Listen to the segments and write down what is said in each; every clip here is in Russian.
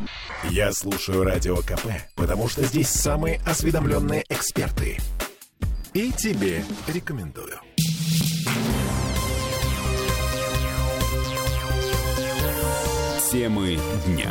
Я слушаю Радио КП, потому что здесь самые осведомленные эксперты. И тебе рекомендую. Темы дня.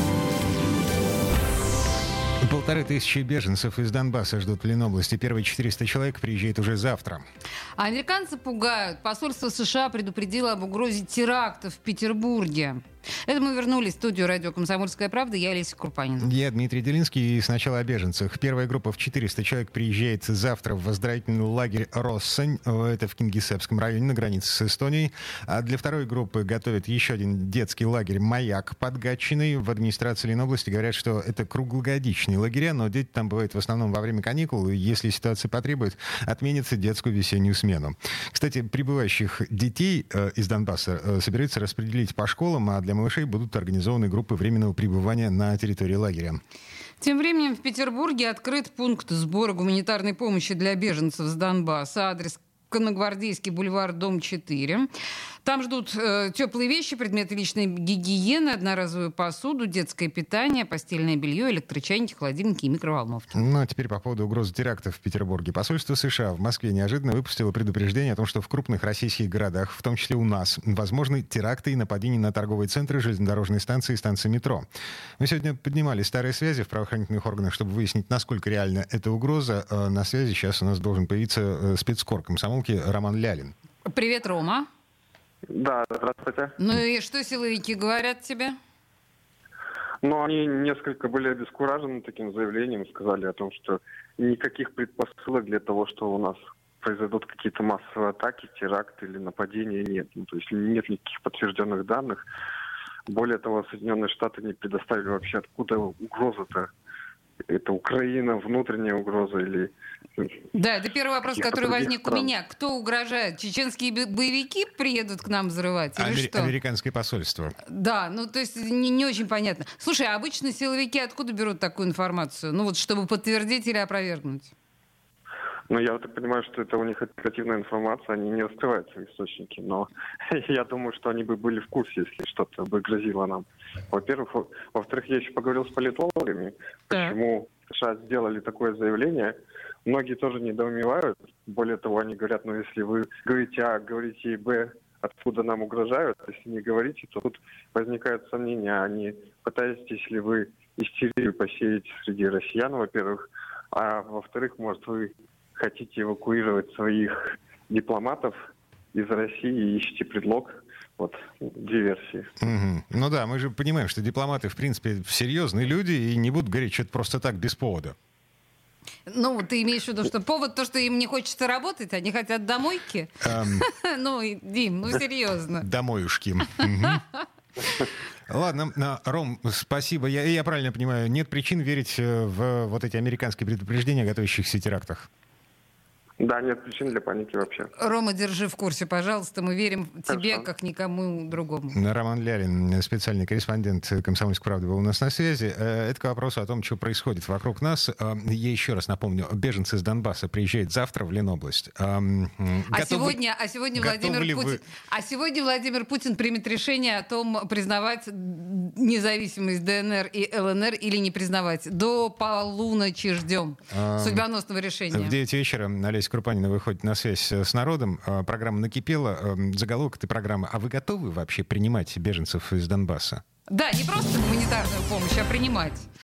1500 беженцев из Донбасса ждут в Ленобласти. Первые 400 человек приезжают уже завтра. А американцы пугают. Посольство США предупредило об угрозе терактов в Петербурге. Это мы вернулись в студию радио «Комсомольская правда». Я Олеся Крупанина. Я Дмитрий Делинский. И сначала о беженцах. Первая группа в 400 человек приезжает завтра в оздоровительный лагерь «Россань». Это в Кингисеппском районе на границе с Эстонией. А для второй группы готовят еще один детский лагерь «Маяк» под Гатчиной. В администрации Ленобласти говорят, что это круглогодичные лагеря, но дети там бывают в основном во время каникул. И если ситуация потребует, отменят детскую весеннюю смену. Кстати, прибывающих детей из Донбасса собираются распределить по школам, а для малышей будут организованы группы временного пребывания на территории лагеря. Тем временем в Петербурге открыт пункт сбора гуманитарной помощи для беженцев с Донбасса. Адрес: Конногвардейский бульвар, дом 4. Там ждут теплые вещи, предметы личной гигиены, одноразовую посуду, детское питание, постельное белье, электрочайники, холодильники и микроволновки. Ну а теперь по поводу угрозы терактов в Петербурге. Посольство США в Москве неожиданно выпустило предупреждение о том, что в крупных российских городах, в том числе у нас, возможны теракты и нападения на торговые центры, железнодорожные станции и станции метро. Мы сегодня поднимали старые связи в правоохранительных органах, чтобы выяснить, насколько реальна эта угроза. На связи сейчас у нас должен появиться спецкор комсомолки Роман Лялин. Привет, Рома. Да, здравствуйте. Ну и что силовики говорят тебе? Ну, они несколько были обескуражены таким заявлением, сказали о том, что никаких предпосылок для того, что у нас произойдут какие-то массовые атаки, теракты или нападения, нет. Ну, то есть нет никаких подтвержденных данных. Более того, Соединенные Штаты не предоставили вообще, откуда угроза-то. Это Украина, внутренняя угроза или... Да, это первый вопрос, который возник у меня. Кто угрожает? Чеченские боевики приедут к нам взрывать или что? Американское посольство. Да, ну то есть не очень понятно. Слушай, а обычно силовики откуда берут такую информацию? Ну вот чтобы подтвердить или опровергнуть? Ну, я так понимаю, что это у них оперативная информация, они не раскрывают свои источники, но я думаю, что они бы были в курсе, если что-то бы грозило нам. Во-первых. Во-вторых, я еще поговорил с политологами, почему США сделали такое заявление. Многие тоже недоумевают. Более того, они говорят, ну, если вы говорите А, говорите и Б, откуда нам угрожают, если не говорите, то тут возникают сомнения. Они пытаетесь ли вы истерию посеять среди россиян, во-первых, а во-вторых, может, вы хотите эвакуировать своих дипломатов из России и ищете предлог диверсии. Угу. Ну да, мы же понимаем, что дипломаты, в принципе, серьезные люди и не будут говорить что-то просто так, без повода. Ну, ты имеешь в виду, что повод то, что им не хочется работать, они хотят домойки? Ну, Дим, ну серьезно. Домоюшки. Ладно, Ром, спасибо. Я правильно понимаю, нет причин верить в вот эти американские предупреждения о готовящихся терактах? Да, нет причин для паники вообще. Рома, держи в курсе, пожалуйста. Мы верим тебе, Хорошо. Как никому другому. Роман Лялин, специальный корреспондент «Комсомольской правды», был у нас на связи. Это к вопросу о том, что происходит вокруг нас. Я еще раз напомню, беженцы из Донбасса приезжают завтра в Ленобласть. Сегодня Владимир Путин примет решение о том, признавать независимость ДНР и ЛНР или не признавать. До полуночи ждем судьбоносного решения. В 9 вечера Олеся Крупанина выходит на связь с народом. Программа накипела. Заголовок этой программы: а вы готовы вообще принимать беженцев из Донбасса? Да, не просто гуманитарную помощь, а принимать.